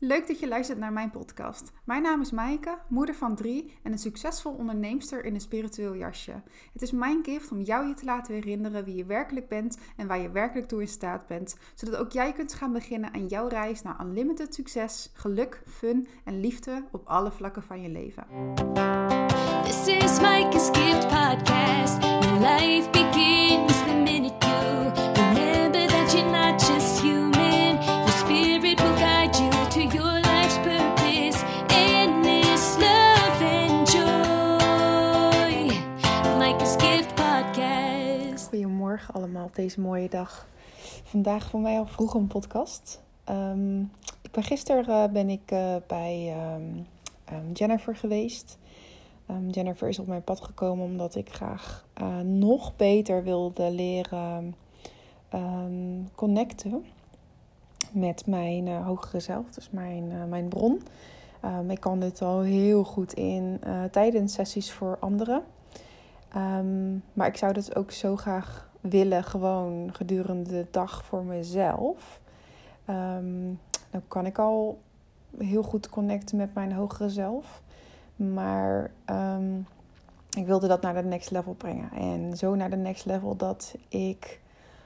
Leuk dat je luistert naar mijn podcast. Mijn naam is Maaike, moeder van 3 en een succesvol onderneemster in een spiritueel jasje. Het is mijn gift om jou je te laten herinneren wie je werkelijk bent en waar je werkelijk toe in staat bent, zodat ook jij kunt gaan beginnen aan jouw reis naar unlimited succes, geluk, fun en liefde op alle vlakken van je leven. This is Maaike's Gift Podcast. Your life begins the minute you remember that you're not just human. Your spirit will guide you to your life's purpose. Endless love and joy. Maaike's Gift Podcast. Goedemorgen allemaal op deze mooie dag. Vandaag voor mij al vroeg een podcast. Gisteren ben ik bij Jennifer geweest. Jennifer is op mijn pad gekomen omdat ik graag nog beter wilde leren connecten met mijn hogere zelf, dus mijn bron. Ik kan dit al heel goed in tijdens sessies voor anderen. Maar ik zou dat ook zo graag willen, gewoon gedurende de dag voor mezelf. Dan kan ik al heel goed connecten met mijn hogere zelf. Maar ik wilde dat naar de next level brengen. En zo naar de next level dat ik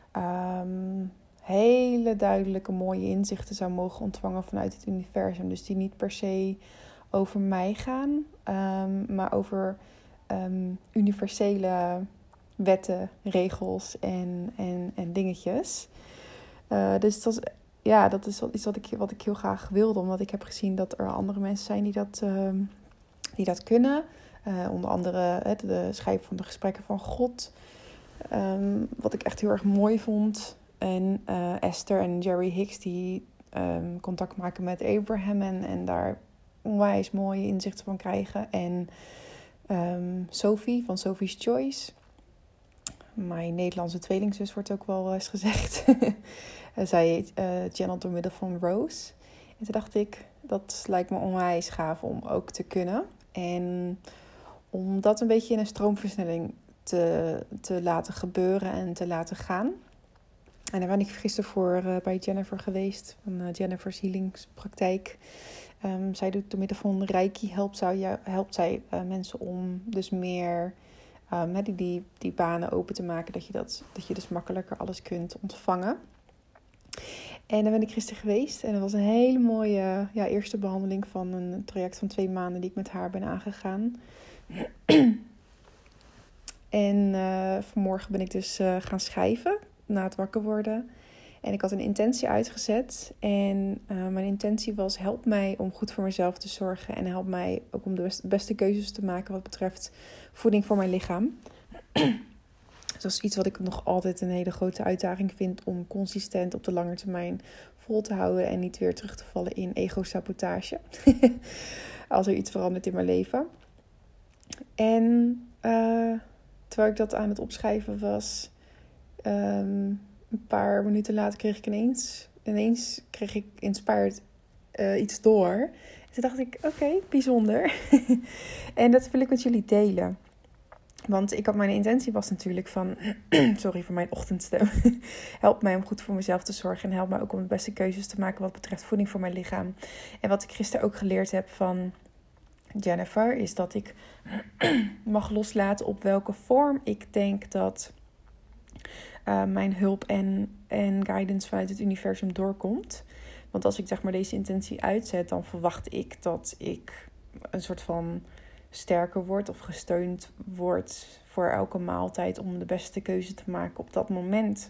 hele duidelijke mooie inzichten zou mogen ontvangen vanuit het universum. Dus die niet per se over mij gaan, maar over universele wetten, regels en dingetjes. Dus dat is iets wat ik heel graag wilde. Omdat ik heb gezien dat er andere mensen zijn die dat kunnen. Onder andere de schrijver van de gesprekken van God. Wat ik echt heel erg mooi vond. En Esther en Jerry Hicks die contact maken met Abraham. En daar onwijs mooie inzichten van krijgen. En Sophie van Sophie's Choice. Mijn Nederlandse tweelingzus wordt ook wel eens gezegd. Zij channelt door middel van Rose. En toen dacht ik, dat lijkt me onwijs gaaf om ook te kunnen. En om dat een beetje in een stroomversnelling te laten gebeuren en te laten gaan. En daar ben ik gisteren bij Jennifer geweest. Van Jennifer's Healingspraktijk. Zij doet door middel van Reiki helpt zij mensen om dus meer die banen open te maken. Dat je dus makkelijker alles kunt ontvangen. En dan ben ik gisteren geweest. En dat was een hele mooie eerste behandeling van een traject van 2 maanden die ik met haar ben aangegaan. En vanmorgen ben ik dus gaan schrijven na het wakker worden. En ik had een intentie uitgezet. En mijn intentie was: help mij om goed voor mezelf te zorgen. En help mij ook om de beste keuzes te maken wat betreft voeding voor mijn lichaam. Dus dat is iets wat ik nog altijd een hele grote uitdaging vind om consistent op de lange termijn vol te houden en niet weer terug te vallen in ego-sabotage. Als er iets verandert in mijn leven. En terwijl ik dat aan het opschrijven was, een paar minuten later kreeg ik ineens inspired iets door. En toen dacht ik, oké, bijzonder. En dat wil ik met jullie delen. Want mijn intentie was natuurlijk van, sorry voor mijn ochtendstem. Help mij om goed voor mezelf te zorgen. En help mij ook om de beste keuzes te maken wat betreft voeding voor mijn lichaam. En wat ik gisteren ook geleerd heb van Jennifer, is dat ik mag loslaten op welke vorm ik denk dat mijn hulp en guidance vanuit het universum doorkomt. Want als ik deze intentie uitzet, dan verwacht ik dat ik een soort van sterker wordt of gesteund wordt voor elke maaltijd om de beste keuze te maken op dat moment.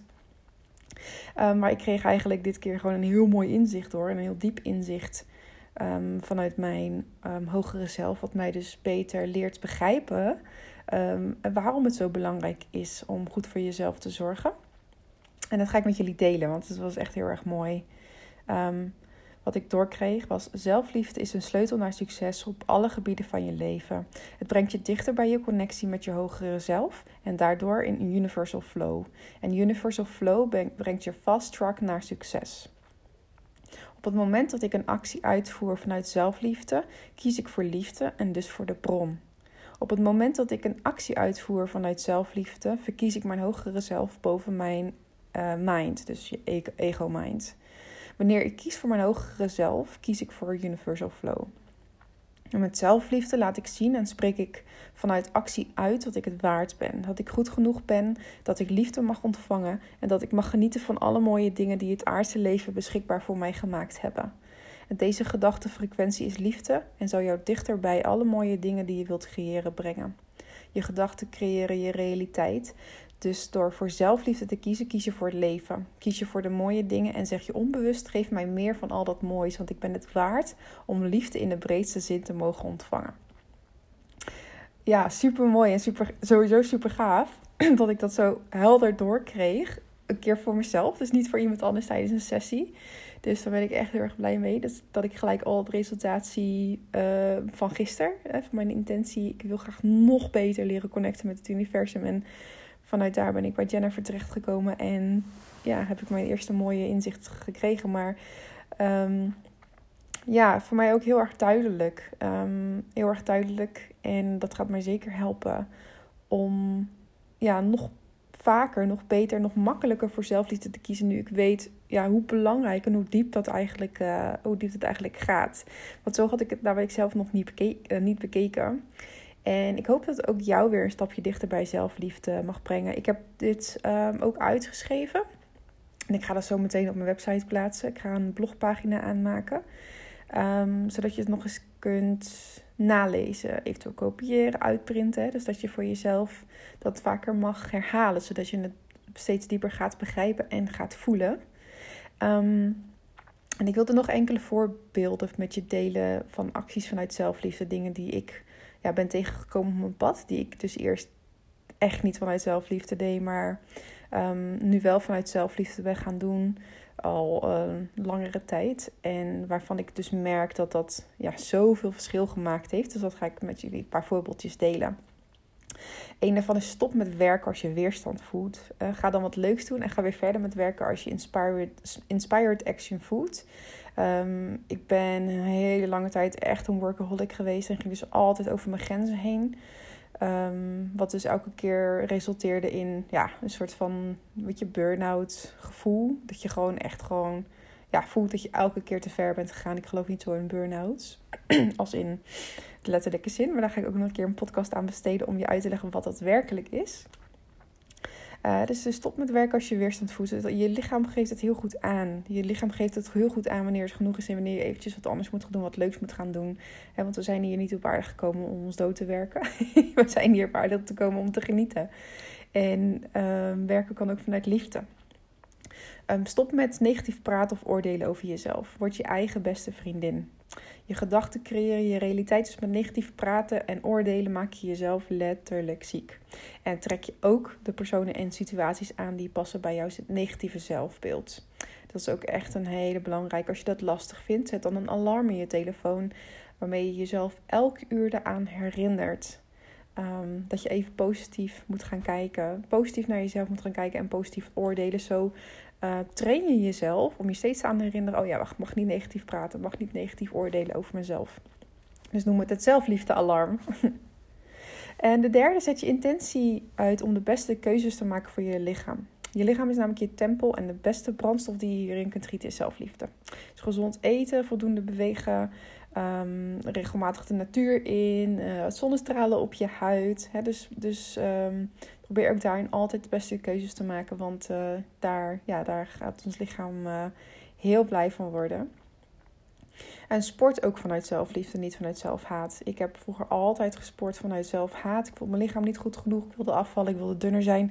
Maar ik kreeg eigenlijk dit keer gewoon een heel mooi inzicht door. Een heel diep inzicht vanuit mijn hogere zelf. Wat mij dus beter leert begrijpen waarom het zo belangrijk is om goed voor jezelf te zorgen. En dat ga ik met jullie delen, want het was echt heel erg mooi. Wat ik doorkreeg was: zelfliefde is een sleutel naar succes op alle gebieden van je leven. Het brengt je dichter bij je connectie met je hogere zelf en daardoor in een universal flow. En universal flow brengt je fast track naar succes. Op het moment dat ik een actie uitvoer vanuit zelfliefde, kies ik voor liefde en dus voor de bron. Op het moment dat ik een actie uitvoer vanuit zelfliefde, verkies ik mijn hogere zelf boven mijn mind, dus je ego-mind. Wanneer ik kies voor mijn hogere zelf, kies ik voor Universal Flow. En met zelfliefde laat ik zien en spreek ik vanuit actie uit dat ik het waard ben. Dat ik goed genoeg ben, dat ik liefde mag ontvangen en dat ik mag genieten van alle mooie dingen die het aardse leven beschikbaar voor mij gemaakt hebben. En deze gedachtenfrequentie is liefde en zal jou dichter bij alle mooie dingen die je wilt creëren brengen. Je gedachten creëren je realiteit. Dus door voor zelfliefde te kiezen, kies je voor het leven. Kies je voor de mooie dingen en zeg je onbewust, geef mij meer van al dat moois. Want ik ben het waard om liefde in de breedste zin te mogen ontvangen. Ja, super mooi en sowieso super gaaf dat ik dat zo helder doorkreeg. Een keer voor mezelf, dus niet voor iemand anders tijdens een sessie. Dus daar ben ik echt heel erg blij mee. Dat ik gelijk al het resultaat zie van gisteren. Van mijn intentie, ik wil graag nog beter leren connecten met het universum. En vanuit daar ben ik bij Jennifer terechtgekomen. En ja, heb ik mijn eerste mooie inzicht gekregen. Maar voor mij ook heel erg duidelijk. Heel erg duidelijk. En dat gaat mij zeker helpen om nog vaker, nog beter, nog makkelijker voor zelfliefde te kiezen. Nu ik weet hoe belangrijk en hoe diep het eigenlijk gaat. Want zo had ik het daarbij zelf nog niet bekeken. En ik hoop dat het ook jou weer een stapje dichter bij zelfliefde mag brengen. Ik heb dit ook uitgeschreven. En ik ga dat zo meteen op mijn website plaatsen. Ik ga een blogpagina aanmaken. Zodat je het nog eens kunt nalezen. Eventueel kopiëren, uitprinten. Dus dat je voor jezelf dat vaker mag herhalen. Zodat je het steeds dieper gaat begrijpen en gaat voelen. En ik wilde nog enkele voorbeelden met je delen van acties vanuit zelfliefde. Dingen die ik ben tegengekomen op mijn pad. Die ik dus eerst echt niet vanuit zelfliefde deed. Maar nu wel vanuit zelfliefde ben gaan doen. Al langere tijd. En waarvan ik dus merk dat zoveel verschil gemaakt heeft. Dus dat ga ik met jullie een paar voorbeeldjes delen. Eén daarvan is stop met werken als je weerstand voelt. Ga dan wat leuks doen en ga weer verder met werken als je inspired action voelt. Ik ben een hele lange tijd echt een workaholic geweest en ging dus altijd over mijn grenzen heen. Wat dus elke keer resulteerde in een soort van burn-out gevoel. Dat je gewoon voelt dat je elke keer te ver bent gegaan. Ik geloof niet zo in burn-outs. Als in de letterlijke zin. Maar daar ga ik ook nog een keer een podcast aan besteden om je uit te leggen wat dat werkelijk is. Dus stop met werken als je weerstand voelt. Je lichaam geeft het heel goed aan. Je lichaam geeft het heel goed aan wanneer het genoeg is en wanneer je eventjes wat anders moet gaan doen, wat leuks moet gaan doen. Want we zijn hier niet op aarde gekomen om ons dood te werken. We zijn hier op aarde te komen om te genieten. En werken kan ook vanuit liefde. Stop met negatief praten of oordelen over jezelf. Word je eigen beste vriendin. Je gedachten creëren je realiteit. Dus met negatief praten en oordelen maak je jezelf letterlijk ziek. En trek je ook de personen en situaties aan die passen bij jouw negatieve zelfbeeld. Dat is ook echt een hele belangrijke. Als je dat lastig vindt, zet dan een alarm in je telefoon. Waarmee je jezelf elk uur eraan herinnert. Dat je even positief moet gaan kijken. Positief naar jezelf moet gaan kijken en positief oordelen. Zo train je jezelf om je steeds aan te herinneren. Ik mag niet negatief praten. Mag niet negatief oordelen over mezelf. Dus noem het alarm. En de derde, zet je intentie uit om de beste keuzes te maken voor je lichaam. Je lichaam is namelijk je tempel en de beste brandstof die je hierin kunt gieten is zelfliefde. Dus gezond eten, voldoende bewegen, regelmatig de natuur in, zonnestralen op je huid. Dus probeer ook daarin altijd de beste keuzes te maken, want daar gaat ons lichaam heel blij van worden. En sport ook vanuit zelfliefde, niet vanuit zelfhaat. Ik heb vroeger altijd gesport vanuit zelfhaat. Ik vond mijn lichaam niet goed genoeg, ik wilde afvallen, ik wilde dunner zijn.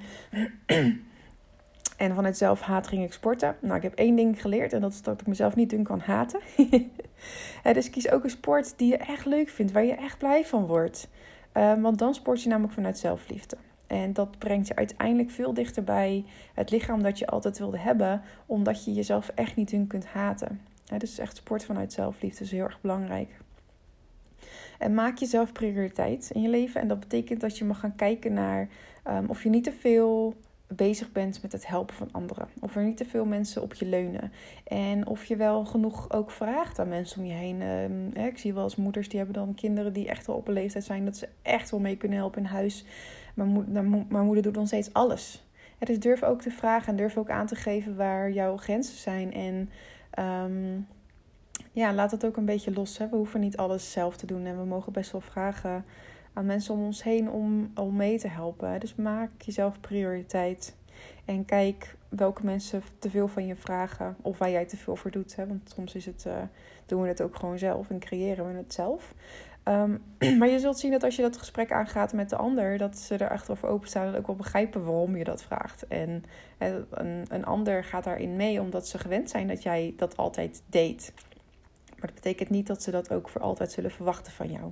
En vanuit zelfhaat ging ik sporten. Nou, ik heb 1 ding geleerd en dat is dat ik mezelf niet kan haten. Dus kies ook een sport die je echt leuk vindt, waar je echt blij van wordt. Want dan sport je namelijk vanuit zelfliefde. En dat brengt je uiteindelijk veel dichter bij het lichaam dat je altijd wilde hebben, omdat je jezelf echt niet kunt haten. Dus echt sport vanuit zelfliefde is heel erg belangrijk. En maak jezelf prioriteit in je leven. En dat betekent dat je mag gaan kijken naar of je niet te veel bezig bent met het helpen van anderen. Of er niet te veel mensen op je leunen. En of je wel genoeg ook vraagt aan mensen om je heen. Ik zie wel eens moeders die hebben dan kinderen die echt wel op een leeftijd zijn dat ze echt wel mee kunnen helpen in huis. Mijn moeder doet nog steeds alles. Dus durf ook te vragen en durf ook aan te geven waar jouw grenzen zijn. En Laat het ook een beetje los. Hè? We hoeven niet alles zelf te doen. En we mogen best wel vragen aan mensen om ons heen om mee te helpen. Dus maak jezelf prioriteit. En kijk welke mensen te veel van je vragen. Of waar jij te veel voor doet. Hè? Want soms doen we het ook gewoon zelf. En creëren we het zelf. Maar je zult zien dat als je dat gesprek aangaat met de ander, dat ze er echt wel voor openstaan en ook wel begrijpen waarom je dat vraagt. En een ander gaat daarin mee omdat ze gewend zijn dat jij dat altijd deed. Maar dat betekent niet dat ze dat ook voor altijd zullen verwachten van jou.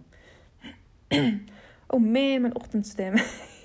Oh man, mijn ochtendstem.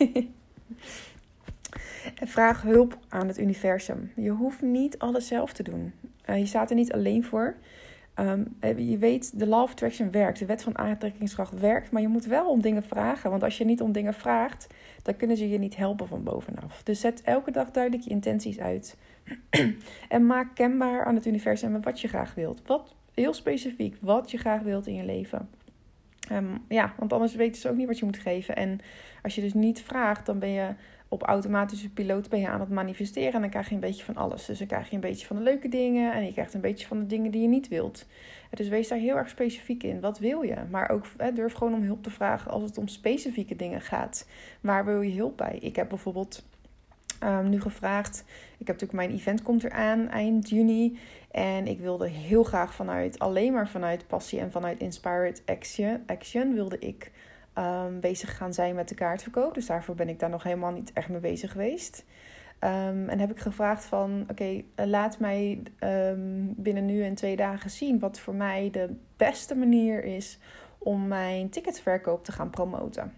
Vraag hulp aan het universum. Je hoeft niet alles zelf te doen. Je staat er niet alleen voor. Je weet, de law of attraction werkt. De wet van aantrekkingskracht werkt. Maar je moet wel om dingen vragen. Want als je niet om dingen vraagt, dan kunnen ze je niet helpen van bovenaf. Dus zet elke dag duidelijk je intenties uit. En maak kenbaar aan het universum wat je graag wilt. Heel specifiek, wat je graag wilt in je leven. Want anders weten ze ook niet wat je moet geven. En als je dus niet vraagt, dan ben je op automatische piloot aan het manifesteren. En dan krijg je een beetje van alles. Dus dan krijg je een beetje van de leuke dingen. En je krijgt een beetje van de dingen die je niet wilt. Dus wees daar heel erg specifiek in. Wat wil je? Maar ook durf gewoon om hulp te vragen als het om specifieke dingen gaat. Waar wil je hulp bij? Ik heb bijvoorbeeld nu gevraagd. Ik heb natuurlijk mijn event komt eraan eind juni. En ik wilde heel graag alleen maar vanuit passie en vanuit Inspired Action wilde ik bezig gaan zijn met de kaartverkoop. Dus daarvoor ben ik daar nog helemaal niet echt mee bezig geweest. En heb ik gevraagd van, laat mij binnen nu en 2 dagen zien wat voor mij de beste manier is om mijn ticketverkoop te gaan promoten.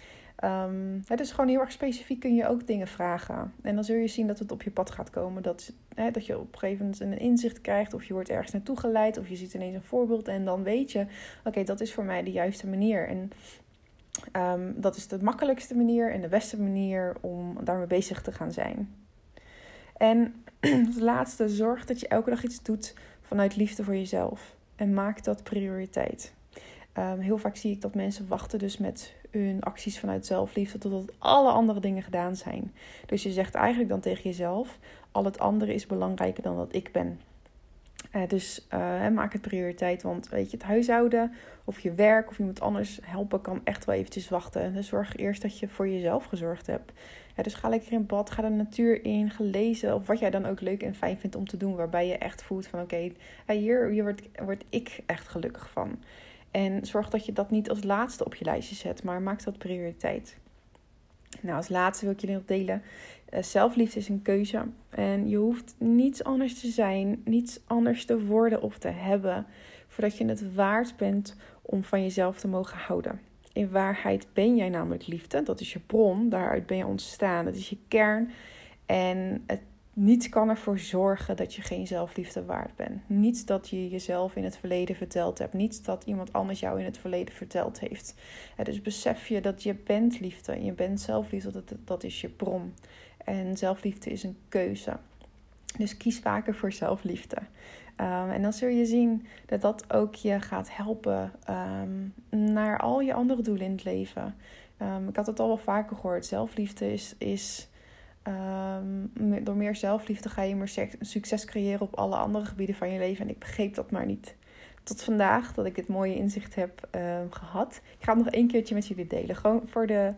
Dus gewoon heel erg specifiek kun je ook dingen vragen. En dan zul je zien dat het op je pad gaat komen. Dat je op een gegeven moment een inzicht krijgt. Of je wordt ergens naartoe geleid. Of je ziet ineens een voorbeeld. En dan weet je, dat is voor mij de juiste manier. En dat is de makkelijkste manier en de beste manier om daarmee bezig te gaan zijn. En als laatste, zorg dat je elke dag iets doet vanuit liefde voor jezelf. En maak dat prioriteit. Heel vaak zie ik dat mensen wachten dus met hun acties vanuit zelfliefde totdat alle andere dingen gedaan zijn. Dus je zegt eigenlijk dan tegen jezelf, al het andere is belangrijker dan dat ik ben. Maak het prioriteit, want weet je, het huishouden of je werk of iemand anders helpen kan echt wel eventjes wachten. Dus zorg eerst dat je voor jezelf gezorgd hebt. Dus ga lekker in bad, ga de natuur in, ga lezen of wat jij dan ook leuk en fijn vindt om te doen. Waarbij je echt voelt van hier word ik echt gelukkig van. En zorg dat je dat niet als laatste op je lijstje zet, maar maak dat prioriteit. Nou, als laatste wil ik je nog delen. Zelfliefde is een keuze. En je hoeft niets anders te zijn, niets anders te worden of te hebben, voordat je het waard bent om van jezelf te mogen houden. In waarheid ben jij namelijk liefde. Dat is je bron, daaruit ben je ontstaan. Dat is je kern. En niets kan ervoor zorgen dat je geen zelfliefde waard bent. Niets dat je jezelf in het verleden verteld hebt. Niets dat iemand anders jou in het verleden verteld heeft. Dus besef je dat je bent liefde. En je bent zelfliefde. Dat is je bron. En zelfliefde is een keuze. Dus kies vaker voor zelfliefde. En dan zul je zien dat dat ook je gaat helpen naar al je andere doelen in het leven. Ik had het al wel vaker gehoord. Zelfliefde is door meer zelfliefde ga je meer succes creëren op alle andere gebieden van je leven. En ik begreep dat maar niet. Tot vandaag dat ik dit mooie inzicht heb gehad. Ik ga het nog 1 keertje met jullie delen. Gewoon voor de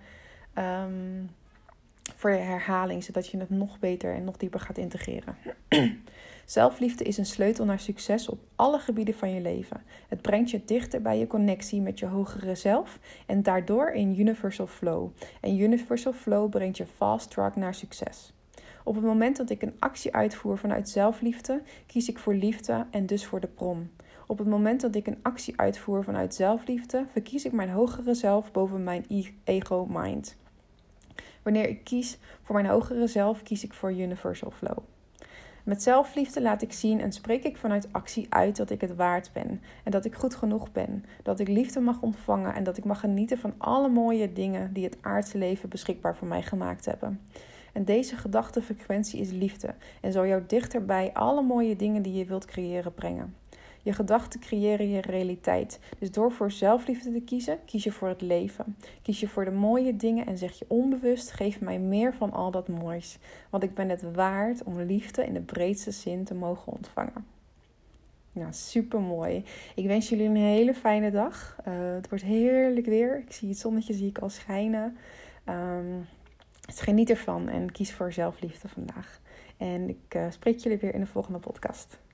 herhaling, zodat je het nog beter en nog dieper gaat integreren. Zelfliefde is een sleutel naar succes op alle gebieden van je leven. Het brengt je dichter bij je connectie met je hogere zelf en daardoor in universal flow. En universal flow brengt je fast track naar succes. Op het moment dat ik een actie uitvoer vanuit zelfliefde, kies ik voor liefde en dus voor de bron. Op het moment dat ik een actie uitvoer vanuit zelfliefde, verkies ik mijn hogere zelf boven mijn ego-mind. Wanneer ik kies voor mijn hogere zelf, kies ik voor universal flow. Met zelfliefde laat ik zien en spreek ik vanuit actie uit dat ik het waard ben. En dat ik goed genoeg ben. Dat ik liefde mag ontvangen en dat ik mag genieten van alle mooie dingen die het aardse leven beschikbaar voor mij gemaakt hebben. En deze gedachtenfrequentie is liefde en zal jou dichter bij alle mooie dingen die je wilt creëren brengen. Je gedachten creëren je realiteit. Dus door voor zelfliefde te kiezen, kies je voor het leven. Kies je voor de mooie dingen en zeg je onbewust, geef mij meer van al dat moois. Want ik ben het waard om liefde in de breedste zin te mogen ontvangen. Nou, super mooi. Ik wens jullie een hele fijne dag. Het wordt heerlijk weer. Ik zie het zonnetje al schijnen. Dus geniet ervan en kies voor zelfliefde vandaag. En ik spreek jullie weer in de volgende podcast.